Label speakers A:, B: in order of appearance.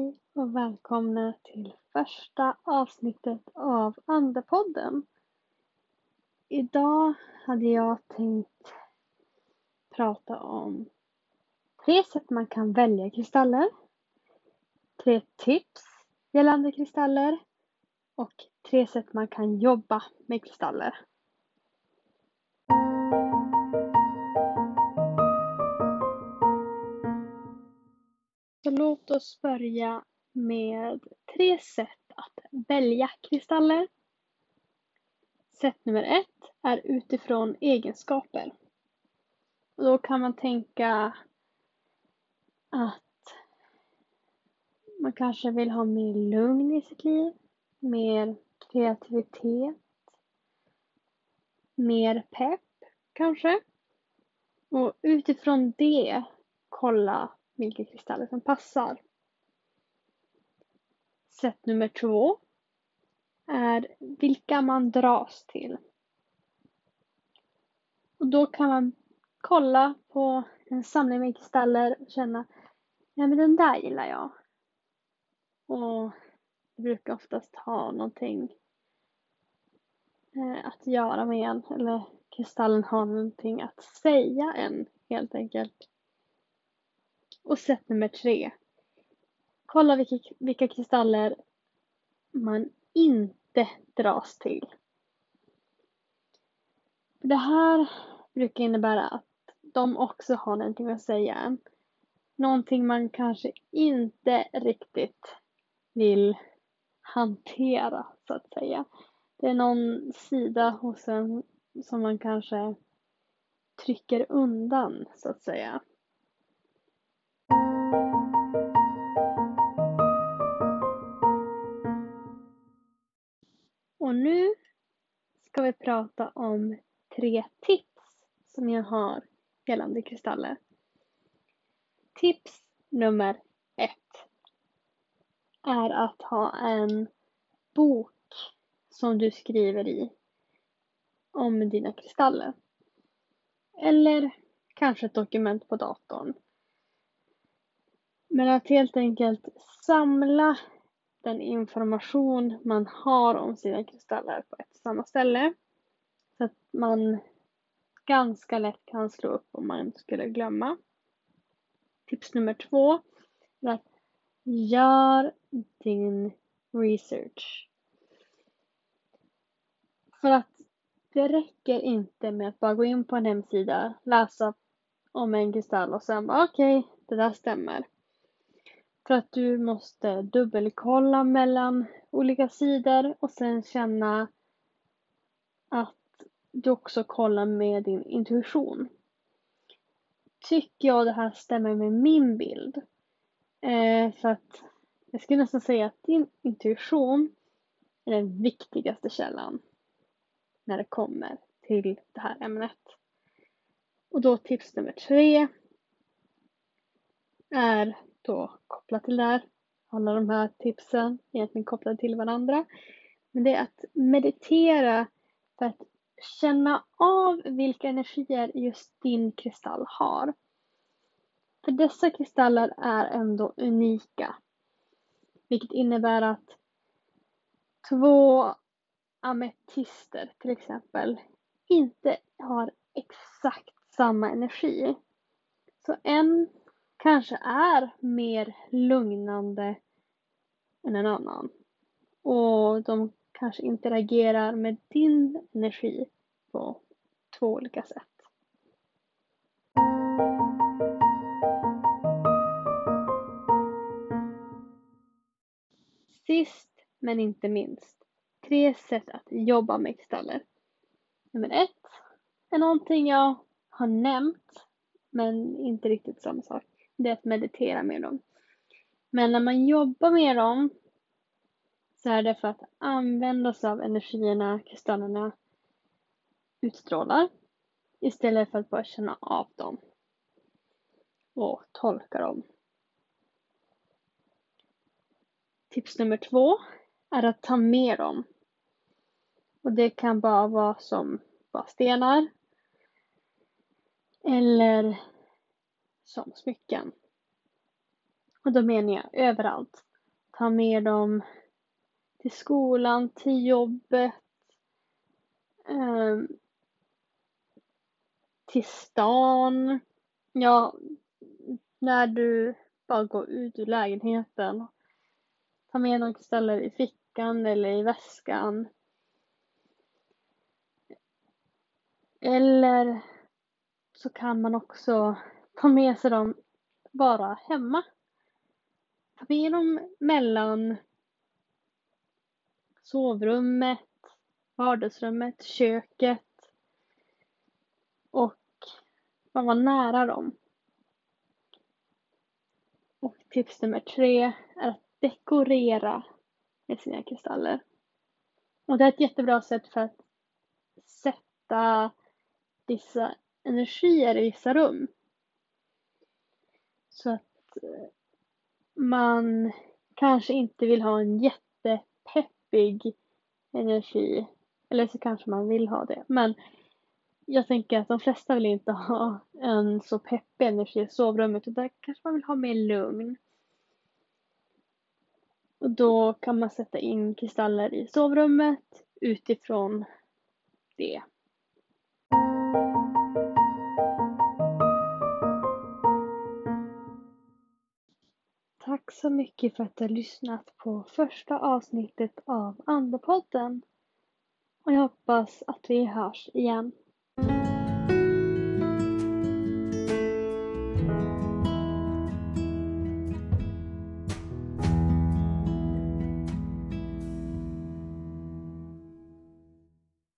A: Hej och välkomna till första avsnittet av Andepodden. Idag hade jag tänkt prata om 3 sätt man kan välja kristaller, 3 tips gällande kristaller och 3 sätt man kan jobba med kristaller. Så låt oss börja med 3 sätt att välja kristaller. Sätt nummer 1 är utifrån egenskaper. Och då kan man tänka att man kanske vill ha mer lugn i sitt liv, mer kreativitet, mer pepp kanske. Och utifrån det kolla vilka kristaller som passar. Sätt nummer 2 är vilka man dras till. Och då kan man kolla på en samling med kristaller och känna, ja men den där gillar jag. Och det brukar oftast ha någonting att göra med en, eller kristallen har någonting att säga en helt enkelt. Och sätt nummer 3. Kolla vilka kristaller man inte dras till. Det här brukar innebära att de också har någonting att säga en. Någonting man kanske inte riktigt vill hantera så att säga. Det är någon sida hos en som man kanske trycker undan så att säga. Och nu ska vi prata om 3 tips som jag har gällande kristaller. Tips nummer 1 är att ha en bok som du skriver i om dina kristaller. Eller kanske ett dokument på datorn. Men att helt enkelt samla den information man har om sina kristaller på ett samma ställe. Så att man ganska lätt kan slå upp om man skulle glömma. Tips nummer 2 är att gör din research. För att det räcker inte med att bara gå in på en hemsida, läsa om en kristall och sen bara okej, det där stämmer. För att du måste dubbelkolla mellan olika sidor och sen känna att du också kollar med din intuition. Tycker jag det här stämmer med min bild? För att jag skulle nästan säga att din intuition är den viktigaste källan när det kommer till det här ämnet. Och då tips nummer 3 är då kopplat till det här. Alla de här tipsen är egentligen kopplade till varandra. Men det är att meditera för att känna av vilka energier just din kristall har. För dessa kristaller är ändå unika. Vilket innebär att 2 ametister till exempel inte har exakt samma energi. Så en kanske är mer lugnande än en annan. Och de kanske interagerar med din energi på 2 olika sätt. Sist men inte minst, 3 sätt att jobba med kristaller. Nummer 1 är någonting jag har nämnt men inte riktigt samma sak. Det är att meditera med dem. Men när man jobbar med dem så är det för att använda sig av energierna kristallerna utstrålar istället för att bara känna av dem och tolka dem. Tips nummer 2 är att ta med dem. Och det kan bara vara som bara stenar eller som smycken. Och då menar jag överallt. ta med dem till skolan, till jobbet, till stan. Ja, när du bara går ut ur lägenheten. Ta med några kristaller i fickan eller i väskan. Eller så kan man också ta med sig dem bara hemma. Ta med dem mellan sovrummet, vardagsrummet, köket och man var nära dem. Och tips nummer 3 är att dekorera med sina kristaller. Och det är ett jättebra sätt för att sätta vissa energier i vissa rum. Så att man kanske inte vill ha en jättepeppig energi. Eller så kanske man vill ha det. Men jag tänker att de flesta vill inte ha en så peppig energi i sovrummet. Utan kanske man vill ha mer lugn. Och då kan man sätta in kristaller i sovrummet utifrån det. Tack så mycket för att du har lyssnat på första avsnittet av Andepodden. Och jag hoppas att vi hörs igen.